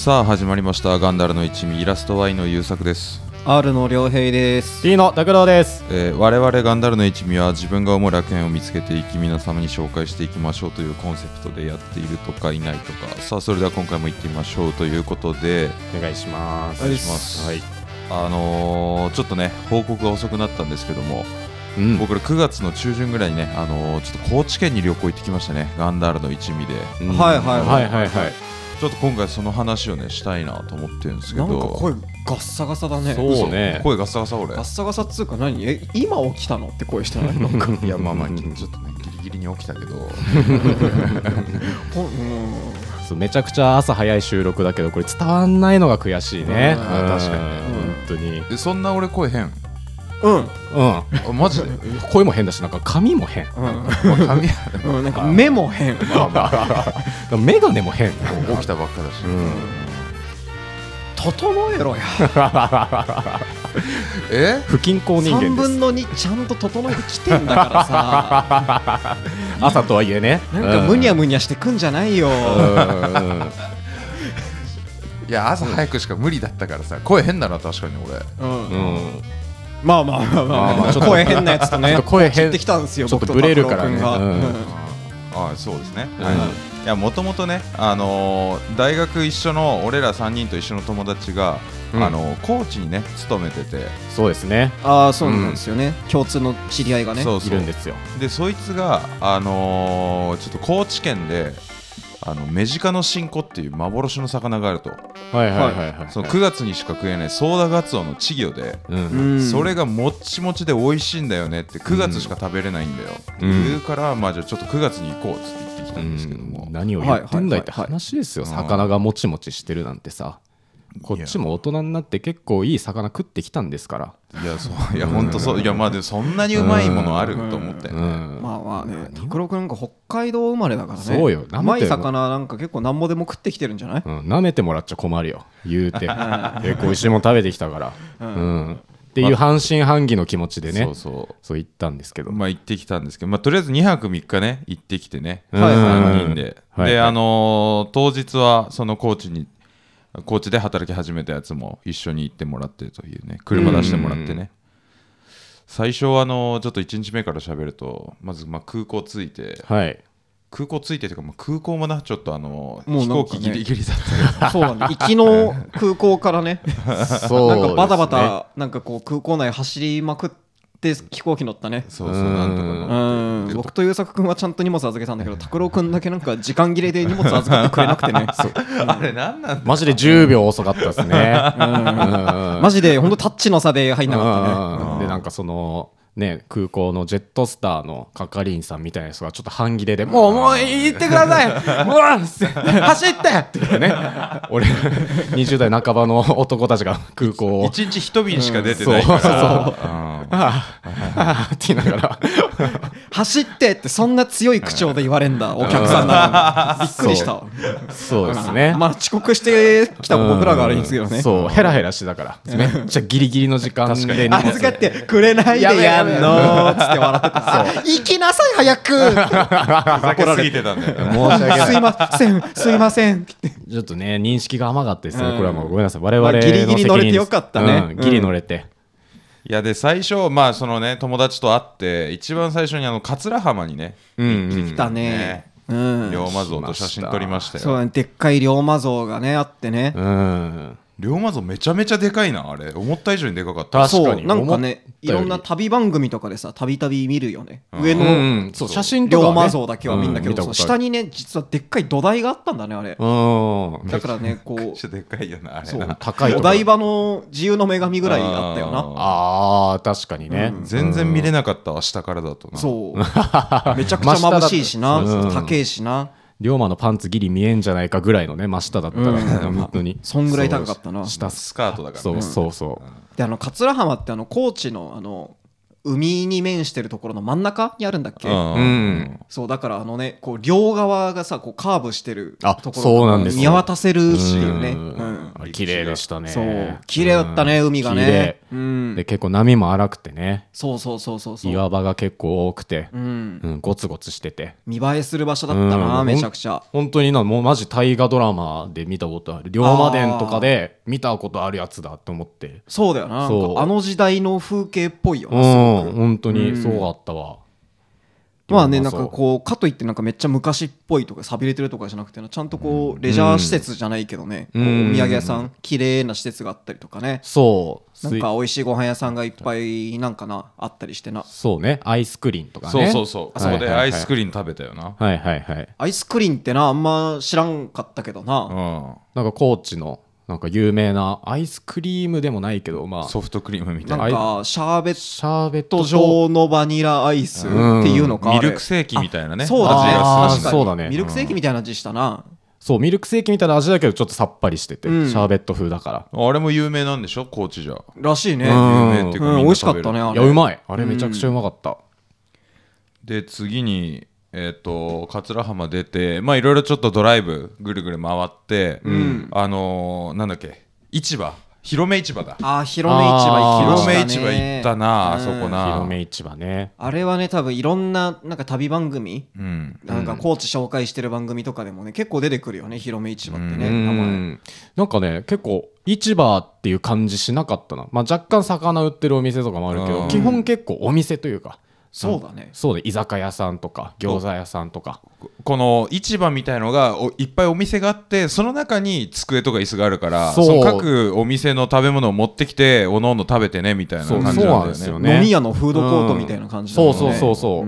さあ始まりましたガンダルの一味、イラスト Y の優作です。 R の良平です。 T の拓郎です。 我々ガンダルの一味は自分が思う楽園を見つけていき皆様に紹介していきましょうというコンセプトでやっているとかいないとか、さあそれでは今回も行ってみましょうということでお願いします。 お願いします。はい、ちょっとね報告が遅くなったんですけども、僕ら9月の中旬ぐらいにね、ちょっと高知県に旅行行ってきましたね、ガンダルの一味で。 はいはいはいはい。 ちょっと今回その話をねしたいなと思ってるんですけど。 なんか声ガッサガサだね。 そうね、 声ガッサガサ。俺ガッサガサっつうか何、今起きたのって声してないのか。 いやまあまあちょっとねギリギリに起きたけどそうめちゃくちゃ朝早い収録だけどこれ伝わんないのが悔しいね。 確かにね、 本当に。 そんな俺声変？マジで声も変だし、なんか髪も変、 髪なんか目も変、 メガネも変、 起きたばっかだし、 整えろや。 不均衡人間です。 3分の2ちゃんと整えてきてんだからさ。 朝とはいえね、 なんかむにゃむにゃしてくんじゃないよ。 いや朝早くしか無理だったからさ、声変だな確かに俺。 まあ声変なやつとね、 声変ってきたんですよ。 ちょっとブレるからね。 そうですね。いやもともとね、大学一緒の俺ら3人と一緒の友達が高知にね勤めてて。 そうですね。 そうなんですよね。共通の知り合いがねいるんですよ。 でそいつがちょっと高知県でメジカのシンコっていう幻の魚があると。その9月にしか食えないソーダガツオの稚魚で、それがもっちもちで美味しいんだよねって、9月しか食べれないんだよって言うから、まあじゃあちょっと9月に行こうって言ってきたんですけども、 何を言ってんだいって話ですよ。魚がもちもちしてるなんてさ、こっちも大人になって結構いい魚食ってきたんですから。 いや本当そう。いやまあでもそんなにうまいものあると思ってね。 まあね、拓郎くんなんか北海道生まれだからね。 そうよ。 うまい魚なんか結構なんぼでも食ってきてるんじゃない？ 舐めてもらっちゃ困るよ言うて。結構美味しいもの食べてきたからっていう半信半疑の気持ちでね、そう言ったんですけど、 まあ行ってきたんですけど、とりあえず2泊3日ね行ってきてね、 3 人で。で当日はその高知で働き始めたやつも一緒に行ってもらってというね、車出してもらってね。最初はちょっと1日目から喋ると、まず空港着いて、空港着いてというか、空港もなちょっと飛行機ギリギリだったそうなんだ。行きの空港からねなんかバタバタなんかこう空港内走りまくって飛行機乗ったね。 そうなんとか乗って。 僕と優作くんはちゃんと荷物預けたんだけど、拓郎くんだけなんか時間切れで荷物預かってくれなくてね。 あれなんなんだ、 マジで10秒遅かったですね。 マジでほんとタッチの差で入んなかったね。 でなんかそのね、空港のジェットスターの係員さんみたいな人がちょっと半切れでもう行ってくださいもう走ってって言ってね、俺20代半ばの男たちが空港を 1日1便しか出てないからって言いながら走ってってそんな強い口調で言われんだお客さんなのにびっくりした。 そうですね。 まあ遅刻してきた僕らが悪いんですけどね。 そうヘラヘラしてたからめっちゃギリギリの時間で預かってくれないでやんのつって笑ってた。行きなさい早く。 ふざけすぎてたんだよ。 申し訳ない。 すいません。 ちょっとね認識が甘かったですね。これはもうごめんなさい。我々のギリギリ乗れてよかったね。 ギリ乗れて。 いやで最初そのね友達と会って一番最初に桂浜にね行ってきたね。 龍馬像と写真撮りましたよ。 そうね、でっかい龍馬像がねあってね。 龍馬像めちゃめちゃでかいな。あれ思った以上にでかかった。 確かになんかねいろんな旅番組とかでさたびたび見るよね。上の写真龍馬像だけは見んだけど、下にね実はでっかい土台があったんだねあれ。だからねこうでっかいよなあれ。 そう高いお台場の自由の女神ぐらいあったよな。 確かにね。 全然見れなかったわ下からだとな。 そうめちゃくちゃ眩しいしな高えしな。 龍馬のパンツギリ見えんじゃないかぐらいのね真下だったら本当にそんぐらい高かったな。 下スカートだからね。 そうで桂浜って高知の海に面してるところの真ん中にあるんだっけ。そうだからねこう両側がさこうカーブしてるところを見渡せるっていうね。 あ綺麗でしたね。 そう綺麗だったね、海がね。 で結構波も荒くてね。 そう岩場が結構多くて、ゴツゴツしてて見栄えする場所だったな、めちゃくちゃ。 本当にもうマジ大河ドラマで見たことある、龍馬伝とかで見たことあるやつだと思って。 そうだよな、なんかあの時代の風景っぽいよな、 本当にそうだったわ。 まあね、なんかこうかといってなんかめっちゃ昔っぽいとか寂れてるとかじゃなくて、ちゃんとこうレジャー施設じゃないけどね、こうお土産屋さん綺麗な施設があったりとかね。 そうなんか美味しいご飯屋さんがいっぱいなんかなあったりしてな。 そうね、アイスクリーンとかね。 そうそこでアイスクリーン食べたよな。 はいはいはい。 アイスクリーンってなあんま知らんかったけどな。 なんか高知のなんか有名なアイスクリームでもないけど、まあソフトクリームみたいな、 なんかシャーベット状のバニラアイスっていうのか、 ミルクセーキみたいなね、 そうだね、確かにそうだね、 ミルクセーキみたいな味したな。 そう、ミルクセーキみたいな味だけどちょっとさっぱりしてて、シャーベット風だから。 あれも有名なんでしょ、高知じゃ。 らしいね。有名っていうか美味しかったね、あれ。 いやうまい、あれめちゃくちゃうまかった。 で次に桂浜出て、まあいろいろちょっとドライブぐるぐる回って、なんだっけ、市場、広め市場だ。 広め市場行きましたね。 広め市場行ったな、あそこな。 広め市場ね。 あれはね、多分いろんななんか旅番組、なんか高知紹介してる番組とかでもね結構出てくるよね、広め市場ってね、名前。 なんかね結構市場っていう感じしなかったな。まあ若干魚売ってるお店とかもあるけど、基本結構お店というか。 そうだね、 そうで、居酒屋さんとか餃子屋さんとか、 この市場みたいのがいっぱいお店があって、その中に机とか椅子があるから、その各お店の食べ物を持ってきておのおの食べてねみたいな感じなんだよね。 飲み屋のフードコートみたいな感じだね。 そう、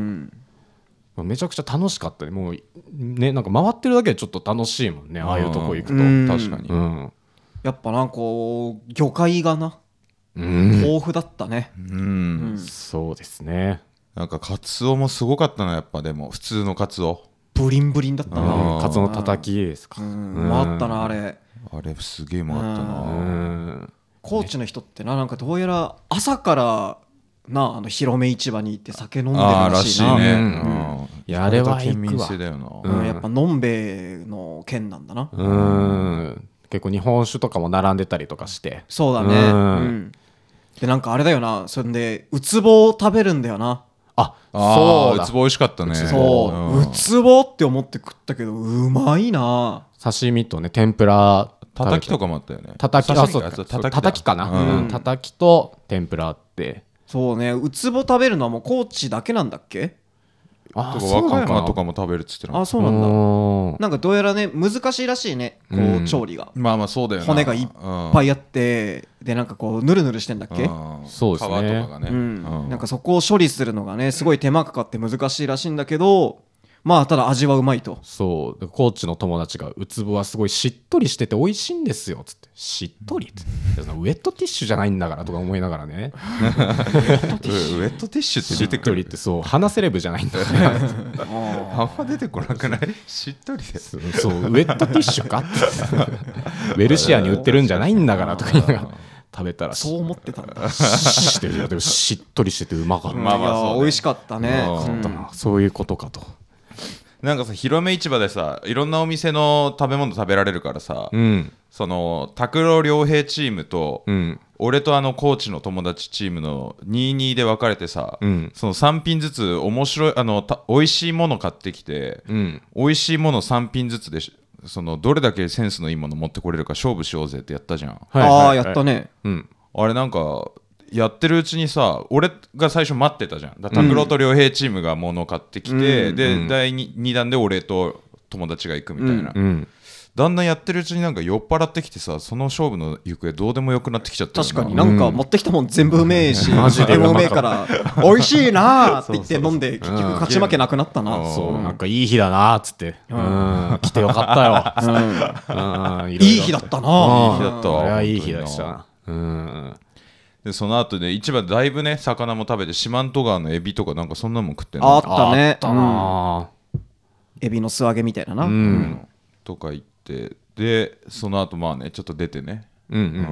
めちゃくちゃ楽しかったね。もうね、なんか回ってるだけでちょっと楽しいもんね、ああいうとこ行くと。 確かに、 やっぱなんかこう魚介がな豊富だったね。 そうですね。 なんかカツオもすごかったな、やっぱ。でも普通のカツオブリンブリンだったな。 カツオのたたきですか。 回ったな、あれすげえ回ったな。 高知の人ってなんかどうやら朝から広め市場に行って酒飲んでるらしいな。 いや、あれは県民性だよな。 やっぱのんべえの県なんだな。 結構日本酒とかも並んでたりとかして。 そうだね。でなんかあれだよな、それでウツボを食べるんだよな。 そうだ、ウツボ美味しかったね。 ウツボって思って食ったけどうまいな。 刺身とね、天ぷら、 たたきとかもあったよね。 たたきかな。たたきと天ぷらあって。 そうね、ウツボ食べるのはもう高知だけなんだっけ？ 和歌山とかも食べるっつってな。 そうなんだ。なんかどうやらね難しいらしいね、こう調理が。 まあまあそうだよね。 骨がいっぱいあって、でなんかこうヌルヌルしてんだっけ？ そうですね。 皮とかがね。 なんかそこを処理するのがねすごい手間かかって難しいらしいんだけど、まあただ味はうまいと。 そう、高知の友達がウツボはすごいしっとりしてて美味しいんですよつって。しっとりってウェットティッシュじゃないんだからとか思いながらね。ウェットティッシュって出てくるって、そう、鼻セレブじゃないんだからあんま出てこなくない？しっとりで。 そう、ウェットティッシュかってウェルシアに売ってるんじゃないんだからとか言いながら食べたら、 そう思ってたんだ。 でもしっとりしててうまかった。 美味しかったね。 そういうことかと。 なんかさ、広め市場でさ、いろんなお店の食べ物食べられるからさ、その拓郎良平チームと、俺と高知の友達チームの2-2で分かれてさ、その3品ずつ面白い美味しいもの買ってきて、美味しいもの3品ずつでそのどれだけセンスのいいもの持ってこれるか勝負しようぜってやったじゃん。 やったね。 あれなんかやってるうちにさ、俺が最初待ってたじゃん。拓郎と良平チームが物を買ってきて、で第 2弾で俺と友達が行くみたいな、だんだんやってるうちになんか酔っ払ってきてさ、その勝負の行方どうでもよくなってきちゃったよな。 確かになんか持ってきたもん全部うめえし、マジでうめえから美味しいなーって言って飲んで結局勝ち負けなくなったな。 そう、なんかいい日だなーっつって、来てよかったよ。 いい日だったな。 いい日だったわ。 あれはいい日でしたな。 でその後で市場でだいぶね魚も食べて、四万十川のエビとかなんかそんなもん食ってんの。 あったね。 あったな。 エビの素揚げみたいなな。 とか言って、でその後まあねちょっと出てね、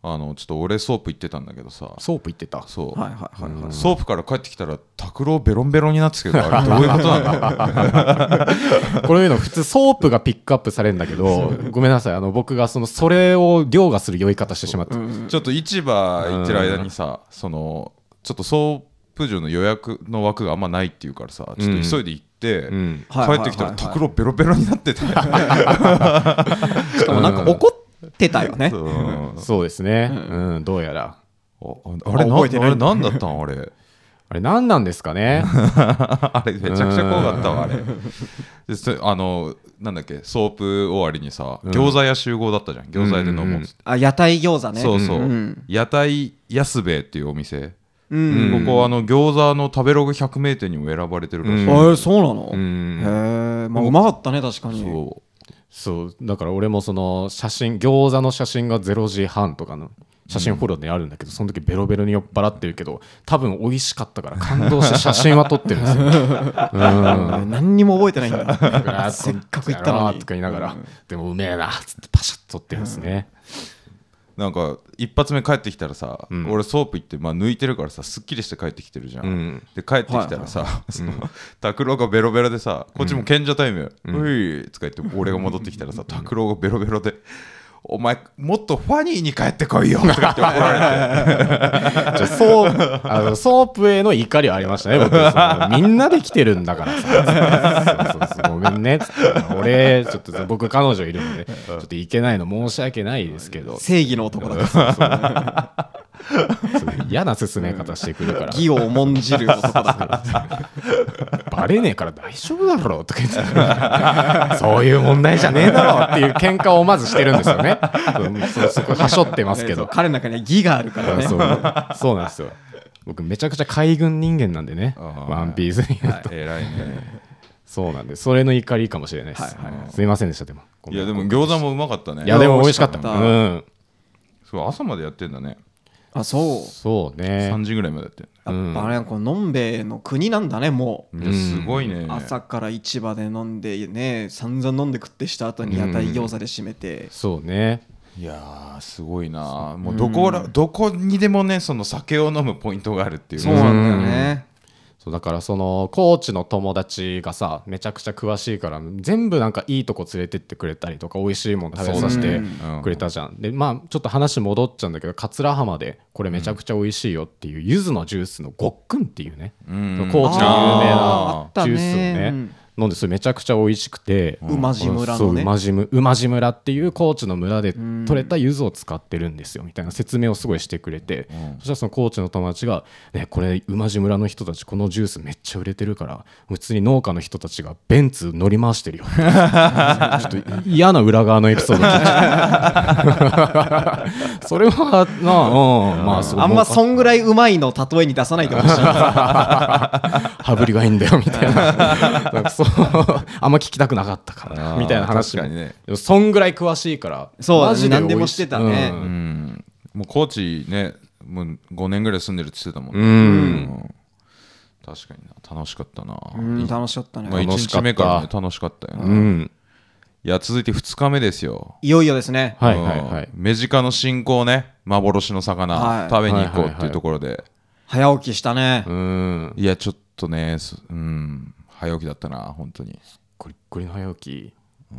ちょっと俺ソープ行ってたんだけどさ。 ソープ行ってた。 そう、 はいはいはいはい、 ソープから帰ってきたら拓郎ベロンベロンになってたけど、あれどういうことなんだこういうの普通ソープがピックアップされるんだけど、ごめんなさい、僕がそれを凌駕する酔い方してしまった、 ちょっと市場行ってる間にさ、ちょっとソープ場の予約の枠があんまないっていうからさ、ちょっと急いで行って、帰ってきたら拓郎ベロベロになっててしかもなんか怒ってたよね。 そうですね、どうやらあれ何だったんあれ何なんですかねあれめちゃくちゃ怖かったわあれでなんだっけ、ソープ終わりにさ、餃子屋集合だったじゃん、餃子屋で飲もうっつって、 屋台餃子ね。 そうそう、屋台安兵衛っていうお店、ここ餃子の食べログ100名店にも選ばれてるらしい。 そうなの？へえ、まあうまかったね確かに。 そうだから俺も餃子の写真が0時半とかの写真フォローであるんだけど、その時ベロベロに酔っ払ってるけど多分美味しかったから感動して写真は撮ってるんですよ何にも覚えてないんだせっかく行ったのにとか言いながら、でもうめえなっつってパシャッと撮ってるんですね。 なんか一発目帰ってきたらさ、俺ソープ行って、抜いてるからさ、すっきりして帰ってきてるじゃん、で帰ってきたらさ、拓郎がベロベロでさ、こっちも賢者タイム、ういとか言って俺が戻ってきたらさ、拓郎がベロベロでお前もっとファニーに帰ってこいよとか言って怒られてソープへの怒りはありましたね僕。みんなで来てるんだからさごめんねっつって俺ちょっと僕彼女いるのでちょっと行けないの申し訳ないですけど、 正義の男だから嫌な進め方してくるから義を重んじる男だからバレねえから大丈夫だろうとか言ってそういう問題じゃねえだろうっていう喧嘩をまずしてるんですよね。そこはしょってますけど彼の中には義があるからね。 そうなんですよ。僕めちゃくちゃ海軍人間なんでね、ワンピースに言うと、 偉いね。 そうなんでそれの怒りかもしれないです、すいませんでした。でもいやでも餃子もうまかったね。 いやでも美味しかった。 そう朝までやってんだね。 そうね、 3時ぐらいまでやってん。あれこののんべえの国なんだねもう。 すごいね。 朝から市場で飲んでね、散々飲んで食ってした後に屋台餃子で締めて。 そうね。 いやすごいな。もうどこにでもねその酒を飲むポイントがあるっていう。 そうなんだよね。 そうだから高知の友達がさめちゃくちゃ詳しいから全部なんかいいとこ連れてってくれたりとか美味しいもの食べさせてくれたじゃん。でちょっと話戻っちゃうんだけど、桂浜でこれめちゃくちゃ美味しいよっていう柚子のジュースのごっくんっていうね、高知の有名なジュースをね飲んで、それめちゃくちゃ美味しくて、 馬路村のね、 馬路村っていう高知の村で採れた柚子を使ってるんですよみたいな説明をすごいしてくれて、そしたらその高知の友達が、ね、これ馬路村の人たちこのジュースめっちゃ売れてるから普通に農家の人たちがベンツ乗り回してるよちょっと嫌な裏側のエピソード聞いちゃうそれはあんまそんぐらいうまいの例えに出さないでほしい羽振りがいいんだよみたいなあんま聞きたくなかったからみたいな話も、ね、そんぐらい詳しいからマジで何でもしてたね、 もう高知ねもう5年ぐらい住んでるって言ってたもんね。確かにな、楽しかったな。 楽しかったね。 1日目からね楽しかったよね。いや続いて2日目ですよ。 いよいよですね。 メジカの新興ね、幻の魚食べに行こうっていうところで早起きしたね。 いやちょっとね早起きだったな本当に。 ゴリッゴリの早起き。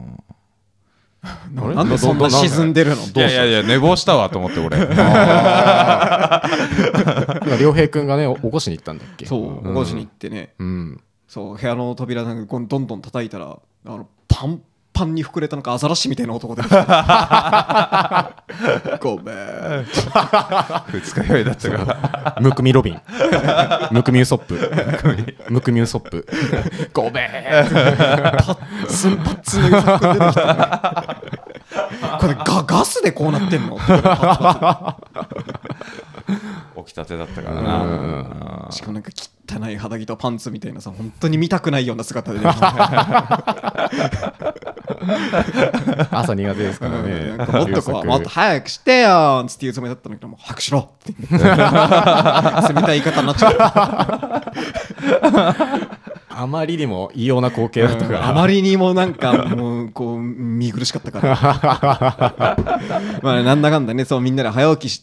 なんでそんな沈んでるの？ いや寝坊したわと思って俺。 良平くんがね起こしに行ったんだっけ？ そう起こしに行ってね。そう部屋の扉なんかどんどん叩いたらパンパンに膨れたなんかアザラシみたいな男でごめん二日酔いだったからむくみロビンむくみウソップむくみウソップごめんパッツンパッツンの予測出てきたこれガスでこうなってんの起きたてだったからな。 しかもなんか汚い肌着とパンツみたいなさ本当に見たくないような姿で出てきた朝苦手ですからね。 もっと早くしてよっつって言うつもりだったんだけどもう早くしろって冷たい言い方になっちゃあまりにも異様な光景だったから、 あまりにもなんかもうこう見苦しかったからまあなんだかんだね、そうみんなで早起きして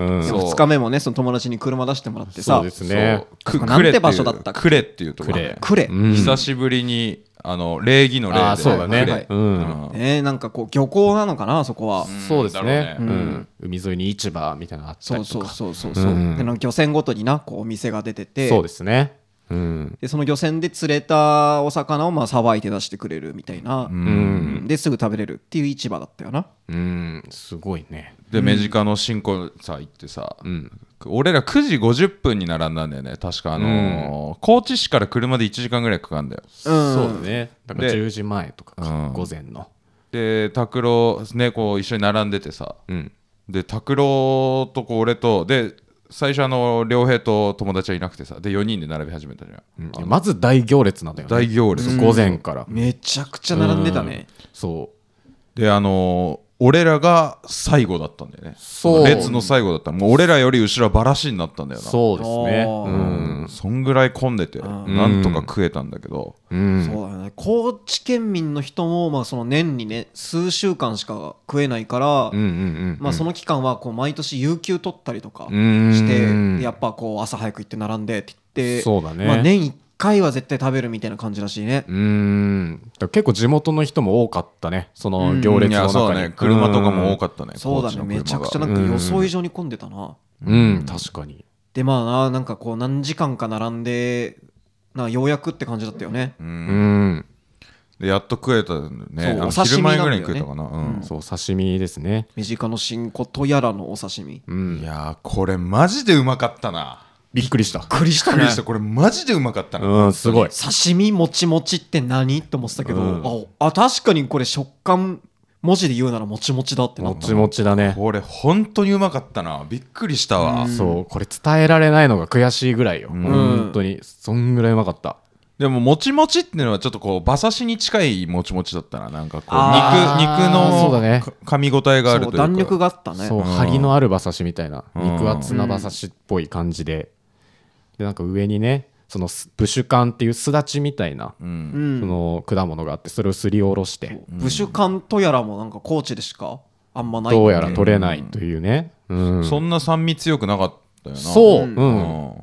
、2日目もねその友達に車出してもらってさ、 そうですね、 なんて場所だったっけ、 呉っていうところで、久しぶりに礼儀の礼で、 そうだね、 なんかこう漁港なのかな、そこは。 そうですね、海沿いに市場みたいなのあったりとか、 そうで漁船ごとになこうお店が出てて、 そうですね、 でその漁船で釣れたお魚をまあさばいて出してくれるみたいな、ですぐ食べれるっていう市場だったよな。 すごいね。 でメジカの新婚さ行ってさ、俺ら9時50分に並んだんだよね確か。高知市から車で1時間ぐらいかかるんだよ。 そうだね、だから10時前とか午前の。で拓郎ねこう一緒に並んでてさ、で拓郎とこう俺とで最初良平と友達はいなくてさ、で4人で並び始めたじゃん。 まず大行列なんだよね、 大行列、 午前からめちゃくちゃ並んでたね。 そうで俺らが最後だったんだよね。そう列の最後だった。もう俺らより後ろはバラシになったんだよな。 そうですね、 そんぐらい混んでてなんとか食えたんだけど、 そうだよね。高知県民の人もまあその年にね数週間しか食えないから、まあその期間はこう毎年有給取ったりとかしてやっぱこう朝早く行って並んでって言って、 そうだね、 まあ年1回は絶対食べるみたいな感じらしいね。 結構地元の人も多かったね、その行列の中に。 車とかも多かったね。 そうだね、めちゃくちゃなんか予想以上に混んでたな。 確かに。 でまあなんかこう何時間か並んでようやくって感じだったよね。 でやっと食えたね。 お刺身なんだよね。 昼前ぐらいに食えたかな。 そう刺身ですね。 メジカの新子とやらのお刺身。 いやこれマジでうまかったな。 びっくりした。 びっくりしたね。 これマジでうまかったな。 すごい。 刺身もちもちって何って思ってたけど、確かにこれ食感文字で言うならもちもちだってなった。 もちもちだね。 これ本当にうまかったな。びっくりしたわ。 そうこれ伝えられないのが悔しいぐらいよ。本当にそんぐらいうまかった。 でももちもちっていうのはちょっとこう馬刺しに近いもちもちだったな。なんかこう肉の噛み応えがあるというか、 弾力があったね。 そう張りのある馬刺しみたいな肉厚な馬刺しっぽい感じで、でなんか上にねそのブシュカンっていうすだちみたいな、その果物があってそれをすりおろして、 ブシュカンとやらもなんか高知でしかあんまない、 どうやら取れないというね、 そんな酸味強くなかったよな。 そう、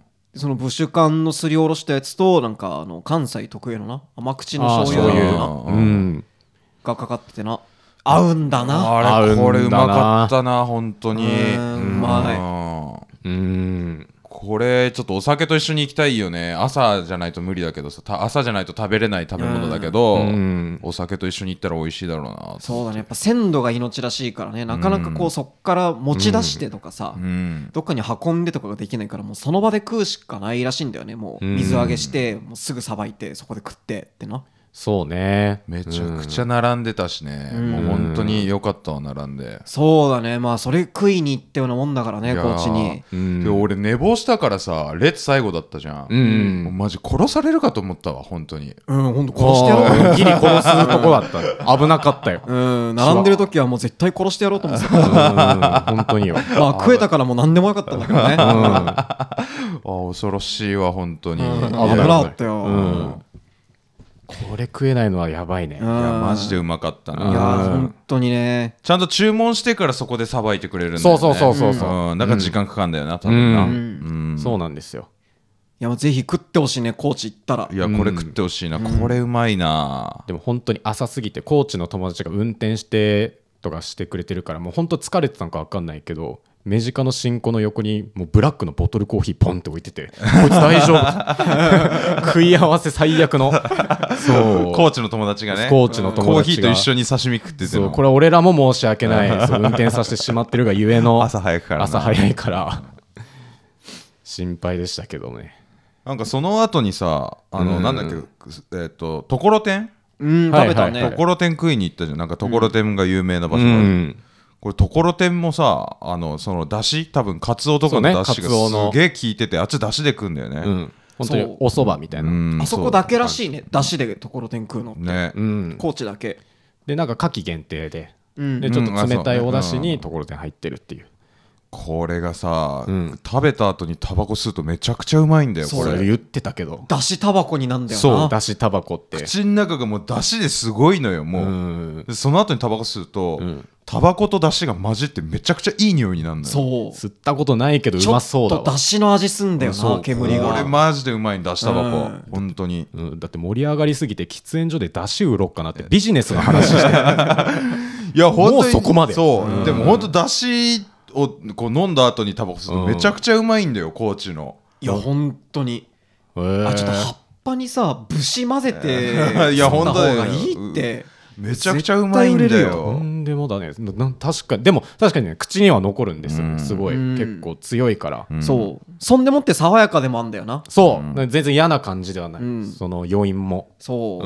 そのブシュカンのすりおろしたやつとなんか関西特有のな甘口の醤油がかかっててな、合うんだな。 あれこれうまかったな本当に。 うまい。 これちょっとお酒と一緒に行きたいよね。朝じゃないと無理だけどさ、朝じゃないと食べれない食べ物だけど、お酒と一緒に行ったら美味しいだろうな。 そうだね、やっぱ鮮度が命らしいからね、なかなかこうそっから持ち出してとかさ、どっかに運んでとかができないから、もうその場で食うしかないらしいんだよね。もう水揚げしてもうすぐさばいてそこで食ってってな。 そうね、 めちゃくちゃ並んでたしね、もう本当に良かったわ並んで。 そうだね、まあそれ食いに行ったようなもんだからね高知に。 で俺寝坊したからさ列最後だったじゃん、もうマジ殺されるかと思ったわ本当に。 本当殺してやろう。 ギリ殺すとこだった危なかったよ。 並んでる時はもう絶対殺してやろうと思ってた。 本当によ。 まあ食えたからもう何でもよかったんだけどね。 恐ろしいわ本当に。 危なかったよ。 これ食えないのはやばいね。 いやマジでうまかったな。 いや本当にね。 ちゃんと注文してからそこでさばいてくれるんだよね。 そうだから時間かかんだよな多分な。そうなんですよ。 いやぜひ食ってほしいね高知行ったら。 いやこれ食ってほしいな、これうまいな。 でも本当に朝すぎて高知の友達が運転してとかしてくれてるからもう本当疲れてたのか分かんないけど、メジカの新子の横にもうブラックのボトルコーヒーポンって置いてて、こいつ大丈夫食い合わせ最悪の。そう高知の友達がね、 高知の友達がコーヒーと一緒に刺身食ってて、 そうこれは俺らも申し訳ない。そう運転させてしまってるがゆえの朝早いから心配でしたけどね。 なんかその後にさなんだっけところてん食べたね。 ところてん食いに行ったじゃん。なんかところてんが有名な場所がある。これところてんもさそのだし多分カツオとかのだしがすげえ効いてて、あっちだしで食うんだよね。 本当にお蕎麦みたいな。 あそこだけらしいね、だしでところてん食うのってね。 高知だけでなんか夏季限定でちょっと冷たいおだしにところてん入ってるっていう。 これがさ、食べた後にタバコ吸うとめちゃくちゃうまいんだよ。 これ言ってたけどだしタバコになんだよな。 そうだしタバコって口の中がもうだしですごいのよもう。その後にタバコ吸うと、タバコとだしが混じってめちゃくちゃいい匂いになるのよ。 そう吸ったことないけどうまそうだわ。 ちょっとだしの味すんだよな、煙が。 これマジでうまいんだしタバコ、本当に、 だって盛り上がりすぎて喫煙所でだし売ろうかなってビジネスの話していや本当にもうそこまで。 そうでも本当だしをこう飲んだ後にタバコ吸うとめちゃくちゃうまいんだよ、高知の。 いや本当にちょっと葉っぱにさ節混ぜていや吸った方本当だよがいいって。 めちゃくちゃうまいんだよ。 とんでもだね。確かにでも確かにね口には残るんですよ、すごい結構強いから、 そうそんでもって爽やかでもあんだよな。 そう、全然嫌な感じではない、その余韻も。 そう、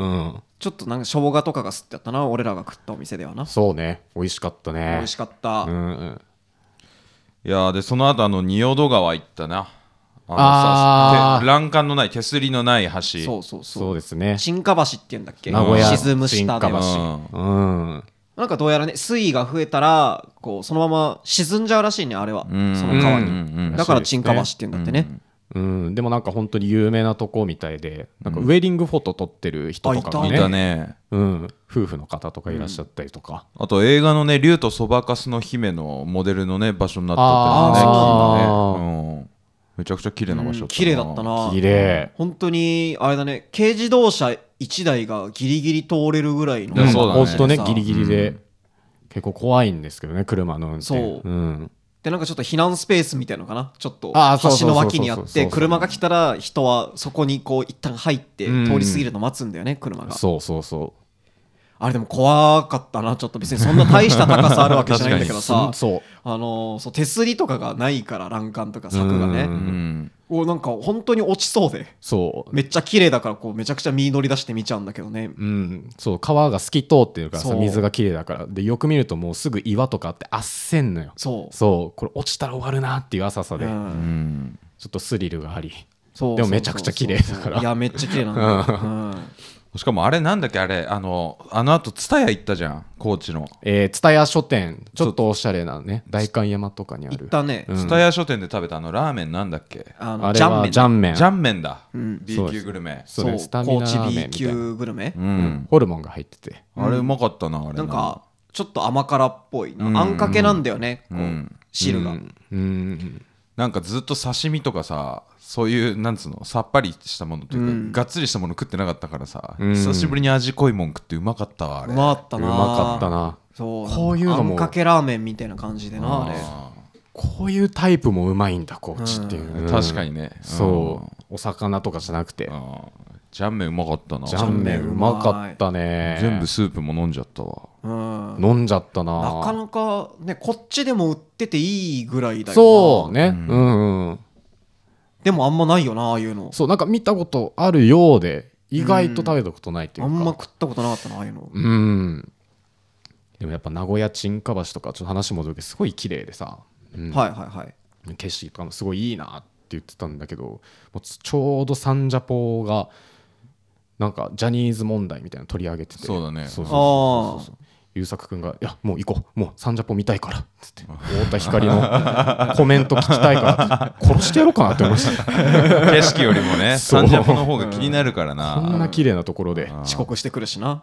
ちょっとなんか生姜とかが吸ってあったな、俺らが食ったお店ではな。 そうね、美味しかったね。 美味しかった。 いやでその後仁淀川行ったな。欄干のない手すりのない橋。 そうですね。 沈下橋っていうんだっけ、 名古屋沈む下で。なんかどうやらね水位が増えたらこうそのまま沈んじゃうらしいね、あれはその川に。だから沈下橋っていうんだってね。 でもなんか本当に有名なとこみたいで、なんかウェディングフォト撮ってる人とかがね、 いたね、 夫婦の方とかいらっしゃったりとか、 あと映画のね竜とそばかすの姫のモデルのね場所になったってね、めちゃくちゃ綺麗な場所だったな。 綺麗だったな。 綺麗。 本当にあれだね、軽自動車1台がギリギリ通れるぐらいの。 本当ねギリギリで、結構怖いんですけどね車の運転。 そうでなんかちょっと避難スペースみたいなのかな、ちょっと橋の脇にあって、車が来たら人はそこにこう一旦入って通り過ぎるの待つんだよね、車が。 そうあれでも怖かったな、ちょっと。別にそんな大した高さあるわけじゃないんだけどさそう手すりとかがないから、欄干とか柵がね、なんか本当に落ちそうで、めっちゃ綺麗だからこうめちゃくちゃ身乗り出して見ちゃうんだけどね。 そう川が透き通ってるからさ、水が綺麗だから。でよく見るともうすぐ岩とかあってあっせんのよ。そうこれ落ちたら終わるなっていう浅さで、ちょっとスリルがあり、でもめちゃくちゃ綺麗だから。 いやめっちゃ綺麗なんだよ。 しかもあれなんだっけ、あれあの後蔦屋行ったじゃん、高知の蔦屋書店、ちょっとおしゃれなね代官山とかにある。 行ったね。 蔦屋書店で食べたラーメンなんだっけ、 あれはジャンメンだ、B 級グルメ。 そうスタミナラーメンみたいな、 高知 B 級グルメ、 ホルモンが入ってて、 あれうまかったな。あれなんかちょっと甘辛っぽいな、あんかけなんだよね、こう汁が。 なんかずっと刺身とかさ、そういうなんつうのさっぱりしたものというか、がっつりしたもの食ってなかったからさ、久しぶりに味濃いもん食ってうまかったわ。あれうまかったな。 うまかったな。 そうこういうのもあんかけラーメンみたいな感じでな。あれこういうタイプもうまいんだ高知っていう、 確かにね。 そうお魚とかじゃなくて、 ジャンメンうまかったな。 ジャンメンうまかったね。 全部スープも飲んじゃったわ。 飲んじゃったな。 なかなかねこっちでも売ってていいぐらいだよな。 そうね。 でもあんまないよな、ああいうの。 そうなんか見たことあるようで意外と食べたことないっていうか、 あんま食ったことなかったな、ああいうの。 でもやっぱ名古屋沈下橋とかちょっと話戻るけどすごい綺麗でさ、景色とかもすごいいいなって言ってたんだけど、もうちょうどサンジャポがなんかジャニーズ問題みたいなの取り上げてて、 そうだね。 優作君が「いやもう行こう、もうサンジャポ見たいから」っつって太田光のコメント聞きたいからって殺してやろうかなって思いました景色よりもねサンジャポの方が気になるからな。 こんな綺麗なところで遅刻してくるしな。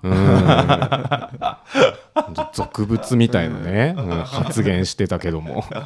俗物みたいなね、発言してたけどもフ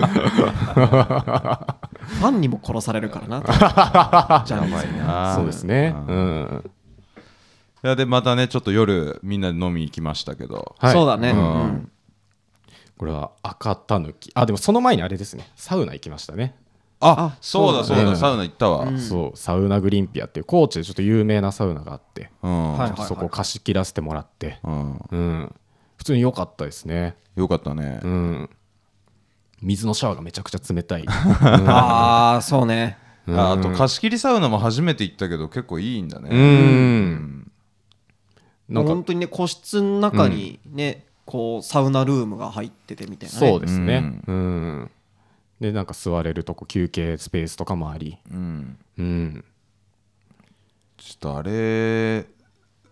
ァンにも殺されるからな。 じゃあそうですね。 いやでまたねちょっと夜みんなで飲み行きましたけど、 そうだね。 これは赤たぬき。でもその前にあれですね、サウナ行きましたね。 そうだサウナ行ったわ。 そうサウナグリンピアっていう高知でちょっと有名なサウナがあって、そこ貸し切らせてもらって、普通に良かったですね。 良かったね。 水のシャワーがめちゃくちゃ冷たい。 そうね。 あと貸し切りサウナも初めて行ったけど結構いいんだね。 なんか本当にね個室の中にねこうサウナルームが入っててみたいなね。 そうですね。でなんか座れるとこ休憩スペースとかもあり、 ちょっとあれ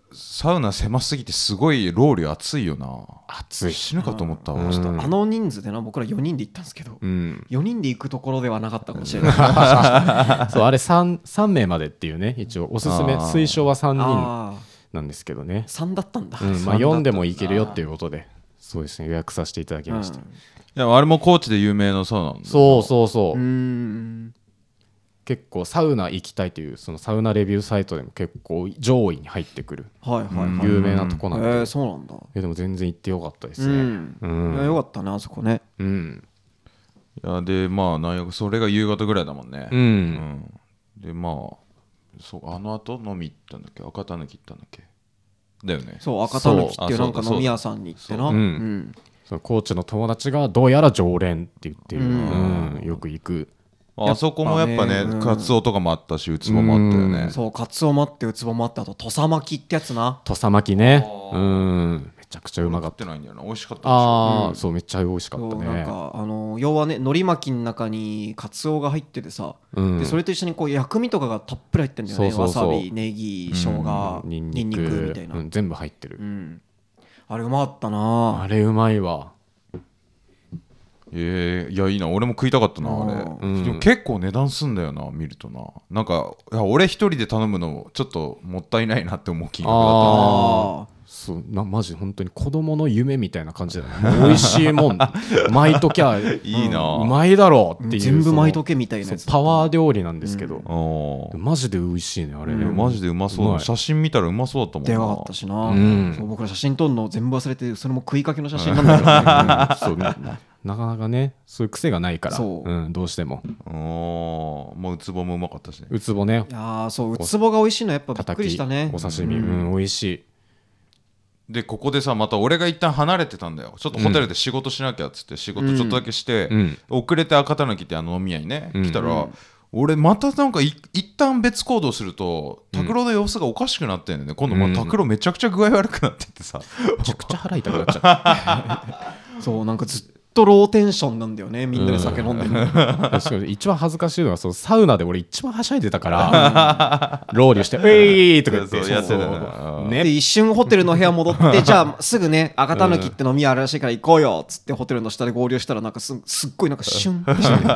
サウナ狭すぎてすごいロウリュ熱いよな。 熱い。 死ぬかと思ったわ。 あの人数でな、僕ら4人で行ったんですけど、4人で行くところではなかったかもしれないそう、あれ 3名までっていうね、一応おすすめ推奨は3人なんですけどね。 3だったんだ。 まあ4でも行けるよっていうことで、そうですね、予約させていただきました。いや、あれも高知で有名なサウナなんだ。 そう結構サウナ行きたいというそのサウナレビューサイトでも結構上位に入ってくる有名なとこなんで、 そうなんだ。 でも全然行ってよかったですね。 よかったね、あそこね。 いや、でまあなんやそれが夕方ぐらいだもんね。でまあそうあの後飲み行ったんだっけ、赤たぬき行ったんだっけだよね。 そう、赤たぬきっていうなんか飲み屋さんに行ってな。 そのコーチの友達がどうやら常連って言ってる、よく行く。 あそこもやっぱね、カツオとかもあったし、ウツボもあったよね。 そう、カツオもあって、ウツボもあって、あと土佐巻きってやつな。 土佐巻きね。めちゃくちゃうまかった。 ないんだよな、美味しかったでしょ。 そう、めっちゃ美味しかったね。 なんか要はね、海苔巻きの中にカツオが入っててさ、でそれと一緒にこう薬味とかがたっぷり入ってるんだよね。わさび、ネギ、生姜、ニンニクみたいな。 全部入ってる。 あれうまかったな。 あれうまいわ。 いやいいな、俺も食いたかったなあれ。でも結構値段すんだよな、見るとな。なんかいや俺一人で頼むのちょっともったいないなって思う金額だったね。 そうマジ本当に子供の夢みたいな感じだね。美味しいもん巻いときゃいいな、 うまいだろうっていう全部巻いとけみたいなやつパワー料理なんですけど、マジで美味しいねあれね。 マジでうまそう。写真見たらうまそうだったもんな。 でかかったしな。そう僕ら写真撮るの全部忘れて、それも食いかけの写真なんだけどね。 なかなかねそういう癖がないからどうしても。 もうウツボもうまかったしね。 ウツボね。 いやそう、ウツボが美味しいのやっぱびっくりしたね。 お刺身美味しい。 でここでさ、また俺が一旦離れてたんだよ。ちょっとホテルで仕事しなきゃっつって仕事ちょっとだけして、遅れて赤たぬきって飲み屋にね来たら、俺またなんか一旦別行動すると拓郎の様子がおかしくなってんだよね。今度拓郎めちゃくちゃ具合悪くなってってさ、 めちゃくちゃ腹痛くなっちゃう。そう、なんかずっとローテンションなんだよね、みんなで酒飲んでるの。 確かに一番恥ずかしいのはそうサウナで俺一番はしゃいでたからロウリュして「ウェイ!」とか言ってやってたね。で一瞬ホテルの部屋戻ってじゃあすぐね赤たぬきって飲み屋あるらしいから行こうよっつってホテルの下で合流したらなんかすっごいなんかシュンってして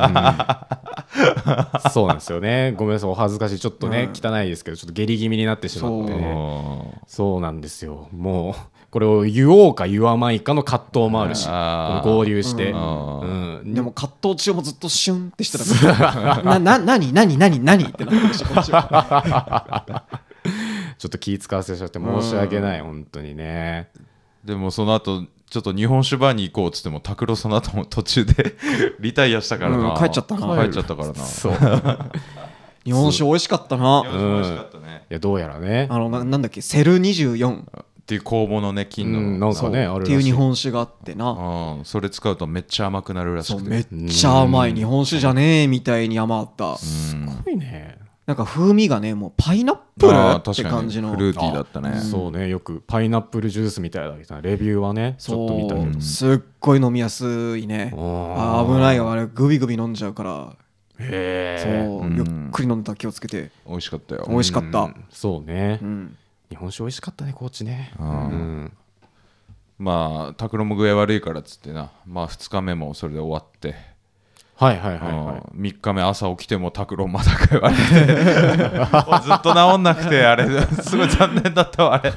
そうなんですよね。ごめんなさい、お恥ずかしい、ちょっとね汚いですけどちょっと下痢気味になってしまってね。そうなんですよ。もうこれを言おうか言わないかの葛藤もあるし、合流して、でも葛藤中もずっとシュンってしてた何ってなってましたこっちは。 ちょっと気使わせちゃって申し訳ない、本当にね。 でもその後ちょっと日本酒バーに行こうっつっても拓郎その後も途中でリタイアしたからな。 帰っちゃったからな。 そう日本酒美味しかったな。 美味しかったね。 いやどうやらねなんだっけセル24 っていう酵母のね金のなんかねあるらしいっていう日本酒があってな。 それ使うとめっちゃ甘くなるらしくて、 めっちゃ甘い日本酒じゃねえみたいに甘かった。 すごいね。 なんか風味がねもうパイナップルって感じのフルーティーだったね。 そうね、よくパイナップルジュースみたいなレビューはねちょっと見たけどすっごい飲みやすいね。危ないよあれ、グビグビ飲んじゃうから。そうゆっくり飲んだ、気をつけて。 美味しかったよ。 美味しかった。 そうね、日本酒美味しかったね高知ね。 まあ拓郎も具合悪いからっつってな、まあ2日目もそれで終わって、3日目朝起きても拓郎まだ具合悪くてずっと治んなくて、あれすごい残念だったわ。あれ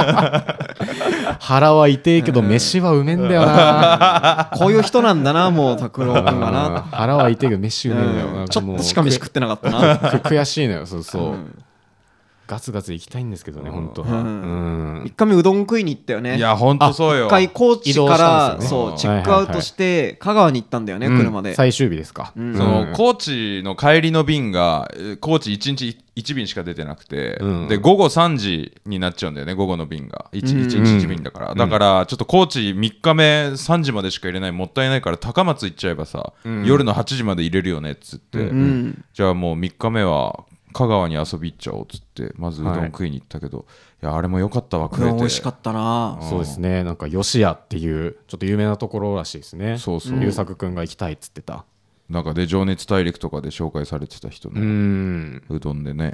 腹は痛いけど飯はうめんだよな。 こういう人なんだな、もう拓郎君はな。 腹は痛いけど飯うめんだよな。 ちょっとしか飯食ってなかったな。 悔しいのよ。そうガツガツ行きたいんですけどね、本当は。 3日目うどん食いに行ったよね。 いや本当そうよ。 一回高知からそうチェックアウトして香川に行ったんだよね、車で。 最終日ですか。 その高知の帰りの便が高知1日1便しか出てなくて、で午後3時になっちゃうんだよね、午後の便が1日1便だから。だからちょっと高知3日目3時までしか入れない、もったいないから高松行っちゃえばさ、夜の8時まで入れるよねっつって、じゃあもう3日目は香川に遊び行っちゃおうっつってまずうどん食いに行ったけど、いやあれも良かったわ、食えて美味しかったな。 そうですね、なんか吉屋っていうちょっと有名なところらしいですね。優作くんが行きたいっつってた。 なんかで情熱大陸とかで紹介されてた人のうどんでね。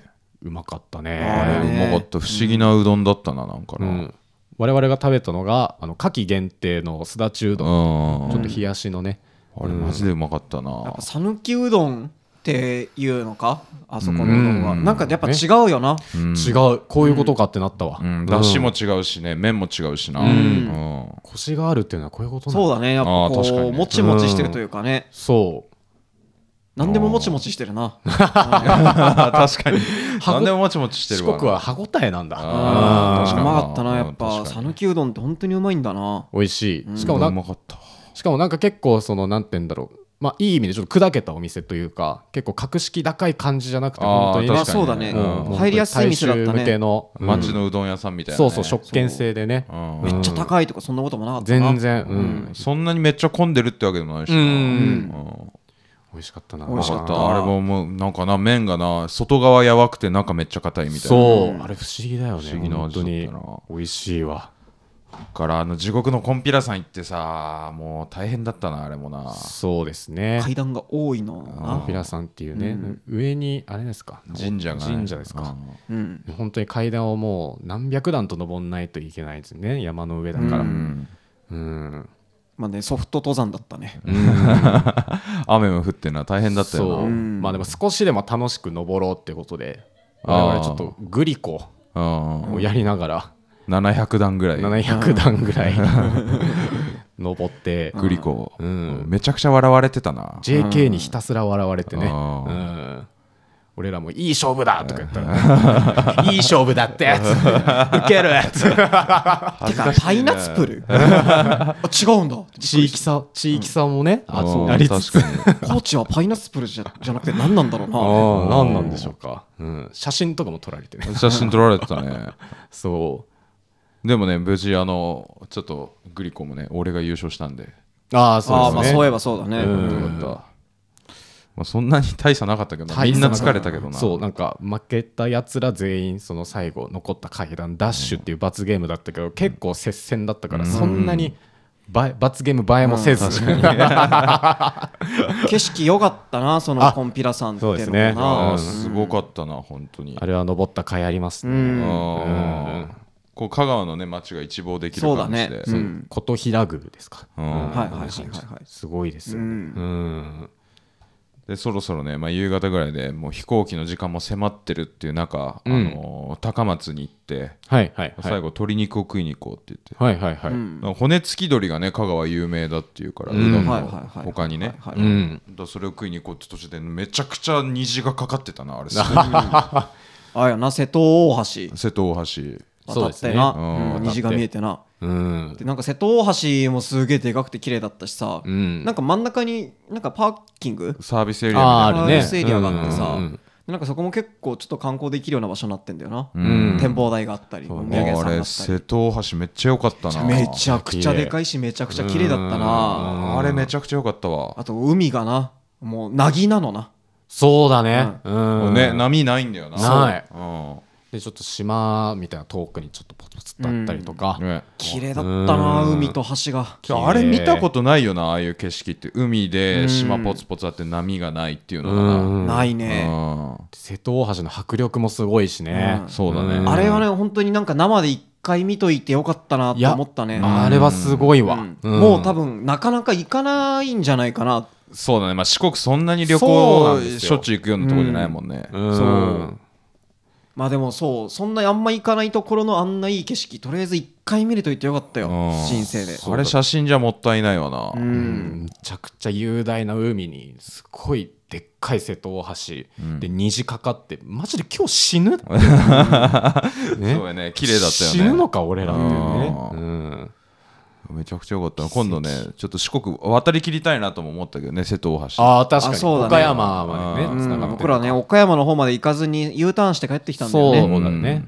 うまかったね。 あれうまかった。不思議なうどんだったな、なんかな。 我々が食べたのが夏季限定のすだちうどん、ちょっと冷やしのね、 あれマジでうまかったな。 讃岐うどんっていうのか、あそこのうどんはなんかやっぱ違うよな。 違う、こういうことかってなったわ。 だしも違うしね、麺も違うしな。 コシがあるっていうのはこういうことなんだ。 そうだね、やっぱこうもちもちしてるというかね。 そう何でももちもちしてるな。 確かに何でももちもちしてるわ。 四国は歯ごたえなんだ。 うまかったな。やっぱ讃岐うどんって本当にうまいんだな。 美味しい。しかもなんか結構そのなんて言うんだろう、まあいい意味でちょっと砕けたお店というか、結構格式高い感じじゃなくて、本当にね、 そうだね、入りやすい店だったね。 大衆向けの町のうどん屋さんみたいな。 そうそう、食券制でね、 めっちゃ高いとかそんなこともなかったな。 全然そんなにめっちゃ混んでるってわけでもないしな。 美味しかったな。 美味しかった。あれももうなんかな、麺がな、外側やわくて中めっちゃ硬いみたいな。 そう、あれ不思議だよね。 不思議な味だったな。 美味しいわ。 だから地獄のコンピラさん行ってさ、もう大変だったな、あれもな。 そうですね。 階段が多いのコンピラさんっていうね、上にあれですか、 神社ですか。本当に階段をもう何百段と登んないといけないですね、山の上だから。 まあね、ソフト登山だったね。 雨も降ってるのは大変だったよな。 まあでも少しでも楽しく登ろうってことで、我々ちょっとグリコをやりながら 700段ぐらい登って、 グリコめちゃくちゃ笑われてたな。 JK にひたすら笑われてね、俺らもいい勝負だとか言ったらいい勝負だってやつウケるやつてかパイナップル違うんだ。 地域差もねありつつ、 高知はパイナップルじゃなくて何なんだろうな。 何なんでしょうか。写真とかも撮られてね。 写真撮られてたね。 そうでもね、無事ちょっとグリコもね、俺が優勝したんで。 ああ、そうですね。 そういえばそうだね。よかった。 そんなに大差なかったけど、みんな疲れたけどな。 そう、なんか負けたやつら全員その最後残った階段ダッシュっていう罰ゲームだったけど、結構接戦だったから、そんなに罰ゲーム映えもせず、 景色良かったな、そのコンピラさんっていうのがな。 すごかったな、本当に。 あれは登った甲斐ありますね。 こう香川のね街が一望できる感じで、 琴平宮ですか。すごいですよ。 でそろそろね、夕方ぐらいでもう飛行機の時間も迫ってるっていう中、高松に行って、最後鶏肉を食いに行こうって言って、骨付き鶏がね香川有名だっていうから、うどんの他にね、それを食いに行こうって途中でめちゃくちゃ虹がかかってたな、あれすごいあやな、瀬戸大橋そうですね、 虹が見えてな。でなんか瀬戸大橋もすげえでかくて綺麗だったしさ、なんか真ん中になんかパーキングサービスエリアがあってさ、なんかそこも結構ちょっと観光できるような場所になってんだよな。展望台があったり、 あれ瀬戸大橋めっちゃ良かったな。 めちゃくちゃでかいしめちゃくちゃ綺麗だったな。 あれめちゃくちゃ良かったわ。 あと海がな、もう凪なのな。 そうだね。 波ないんだよな。 ない。でちょっと島みたいな遠くにちょっとポツポツってあったりとか、 綺麗だったな、海と橋が。 あれ見たことないよな、ああいう景色って。海で島ポツポツあって波がないっていうのがないね。 瀬戸大橋の迫力もすごいしね。 そうだね。 あれはね本当になんか生で一回見といてよかったなと思ったね。 あれはすごいわ。 もう多分なかなか行かないんじゃないかな。 そうだね。四国そんなに旅行しょっちゅう行くようなところじゃないもんね。 そうまあでもそんなあんま行かないところのあんないい景色とりあえず一回見れといてよかったよ、人生で。 あれ写真じゃもったいないわな。 めちゃくちゃ雄大な海にすごいでっかい瀬戸大橋で虹かかってマジで今日死ぬってそうやね、綺麗だったよね。 死ぬのか俺らっていうね。 めちゃくちゃ良かった。今度ねちょっと四国渡りきりたいなとも思ったけどね、瀬戸大橋。 確かに岡山までね繋がってる。 僕らね岡山の方まで行かずに U ターンして帰ってきたんだよね。 そうだね。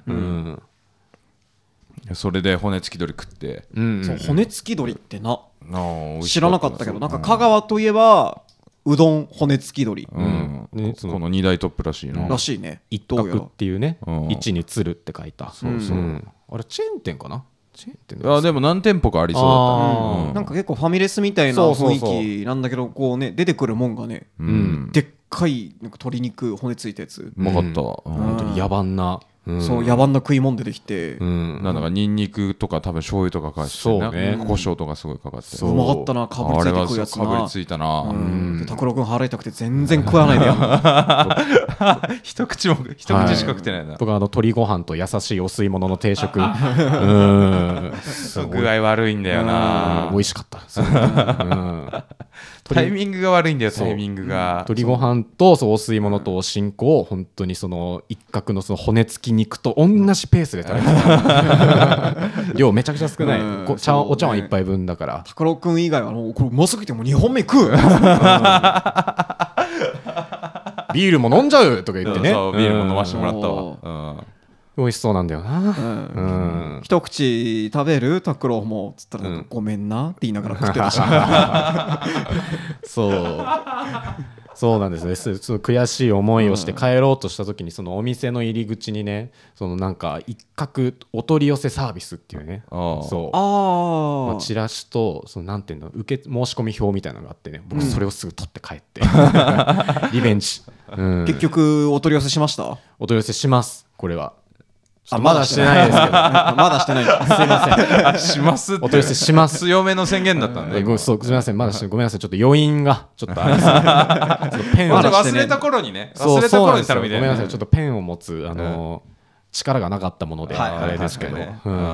それで骨付き鶏食って、 骨付き鶏ってな知らなかったけど、なんか香川といえばうどん骨付き鶏、 この2大トップらしいな。 らしいね。 一角っていうね、一に鶴って書いた。そうそう。あれチェーン店かな。 でも何店舗かありそうだったね。 なんか結構ファミレスみたいな雰囲気なんだけど、こうね出てくるもんがね、でっかいなんか鶏肉骨ついたやつ、 うまかったわ。 本当に野蛮な、 そう野蛮な食い物出てきて、 なんだかニンニクとか多分醤油とかかかってね、胡椒とかすごいかかって、 うまかったな。かぶりついて食うやつな。 かぶりついたな。 拓郎君腹痛くて全然食わないでやんの一口しか食ってないな。 僕は鶏ご飯と優しいお吸い物の定食具合悪いんだよな。 美味しかった。 タイミングが悪いんだよ。タイミングが鶏ご飯とそうお吸い物とおしんこを本当にその一角のその骨付き肉と同じペースで食べてた量めちゃくちゃ少ない、お茶碗1杯分だから。 拓郎君以外はこれうますぎても2本目食うビールも飲んじゃうとか言ってね。 そうビールも飲ませてもらったわ。 美味しそうなんだよな。 一口食べる拓郎もつったらごめんなって言いながら食ってたしそうなんですね。その悔しい思いをして帰ろうとした時にそのお店の入り口にね、そのなんか一角お取り寄せサービスっていうね、そうチラシとそのなんていうの受け申し込み表みたいなのがあってね、僕それをすぐ取って帰ってリベンジ。 結局お取り寄せしました？ お取り寄せします。これはまだしてないですけどまだしてない。すいません。 しますってお取り寄せします。 強めの宣言だったんで。 そうすみません。まだしてごめんなさい。ちょっと余韻がちょっとありますペンを忘れた頃にね。忘れた頃に頼みで。 ごめんなさい。ちょっとペンを持つ力がなかったものであれですけど。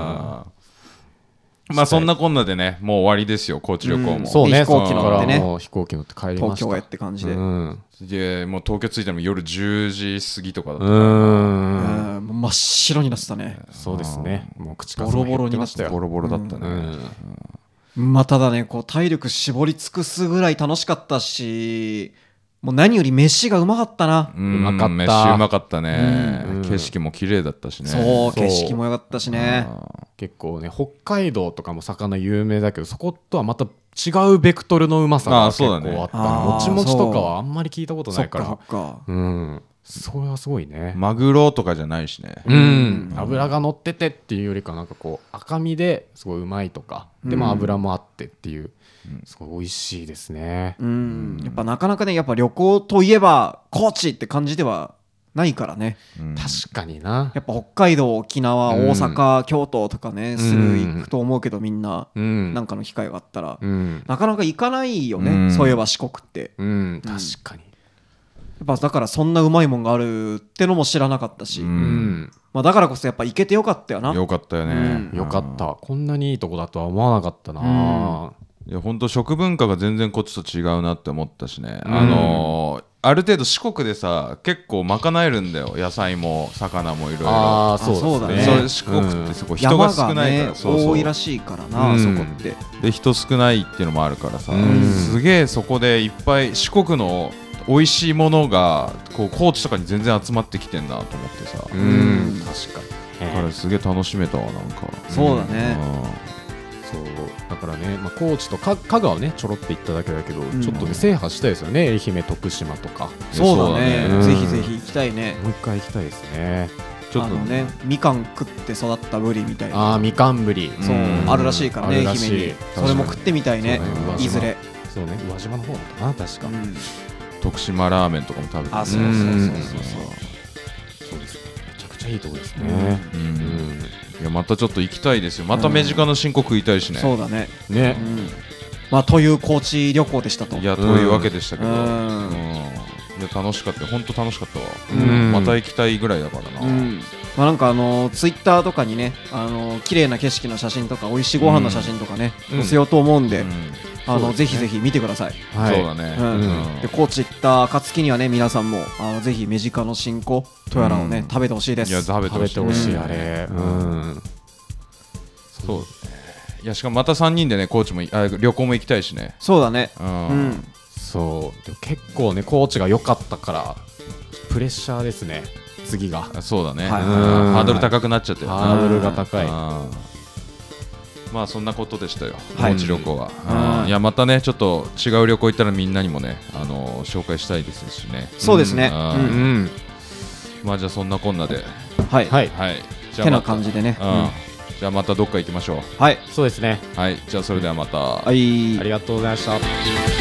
まあそんなこんなでね、もう終わりですよ、高知旅行も。 そうね。 飛行機乗ってね。 飛行機乗って帰りました。 東京へって感じで。 でもう東京着いたのも夜10時過ぎとかだったから。 真っ白になってたね。 そうですね。もう口ボロボロになってたよ。 ボロボロだったね。 まあただね、こう体力絞り尽くすぐらい楽しかったし、もう何より飯がうまかったな。 うまかった。 飯うまかったね。景色も綺麗だったしね。 そう景色も良かったしね。 結構ね、北海道とかも魚有名だけど、そことはまた違うベクトルのうまさが結構あった。もちもちとかはあんまり聞いたことないから。それはすごいね。 マグロとかじゃないしね。 脂が乗っててっていうよりかなんかこう赤身ですごいうまいとか、でも脂もあってっていう。すごい美味しいですね。 やっぱなかなかね、やっぱ旅行といえば高知って感じではないからね。 確かにな。 やっぱ北海道、沖縄、大阪、京都とかねすぐ行くと思うけど、みんななんかの機会があったらなかなか行かないよね。そういえば四国って確かに。 やっぱだからそんなうまいもんがあるってのも知らなかったし、まあだからこそやっぱ行けてよかったよな。 よかったよね。 よかった。こんなにいいとこだとは思わなかったな。 いや本当食文化が全然こっちと違うなって思ったしね。ある程度四国でさ結構賄えるんだよ。野菜も魚もいろいろ。 ああそうだね。 それ四国ってそこ人が少ないから、 多いらしいからな、そこって。 で人少ないっていうのもあるからさ、すげえそこでいっぱい四国の美味しいものがこう高知とかに全然集まってきてんなと思ってさ。確かに。だからすげえ楽しめたわなんか。 そうだね。 そうだからね、高知と香川はねちょろって行っただけだけど、ちょっとね制覇したいですよね。愛媛、徳島とか。 そうだね。ぜひぜひ行きたいね。 もう一回行きたいですね。 ちょっとね、みかん食って育ったブリみたいな。 みかんブリ。 そうあるらしいからね、愛媛に。それも食ってみたいね。いずれ。 そうね、宇和島の方だったな確か。 徳島ラーメンとかも食べて。 そうですね。めちゃくちゃいいとこですね。 いやまたちょっと行きたいですよ。また身近な新国食いたいしね。 そうだね。まあという高知旅行でしたと。 いやというわけでしたけど、いや楽しかった。本当楽しかったわ。また行きたいぐらいだからな。 まあなんかツイッターとかにね綺麗な景色の写真とか美味しいご飯の写真とかね載せようと思うんで。ぜひぜひ見てください。 そうだね。 で高知行った暁にはね皆さんもぜひメジカの新子とやらをね食べてほしいです。 いや食べてほしいあれ。そう。いやしかもまた3人でね高知も旅行も行きたいしね。 そうだね。 そうでも結構ね高知が良かったからプレッシャーですね次が。 そうだね。ハードル高くなっちゃって。 ハードルが高い。 まあそんなことでしたよ、高知旅行は。いやまたねちょっと違う旅行行ったらみんなにもね紹介したいですしね。 そうですね。 まあじゃあそんなこんなではいじゃあてな感じでね。 じゃあまたどっか行きましょう。 はいそうですね。 はいじゃあそれではまた。 はいありがとうございました。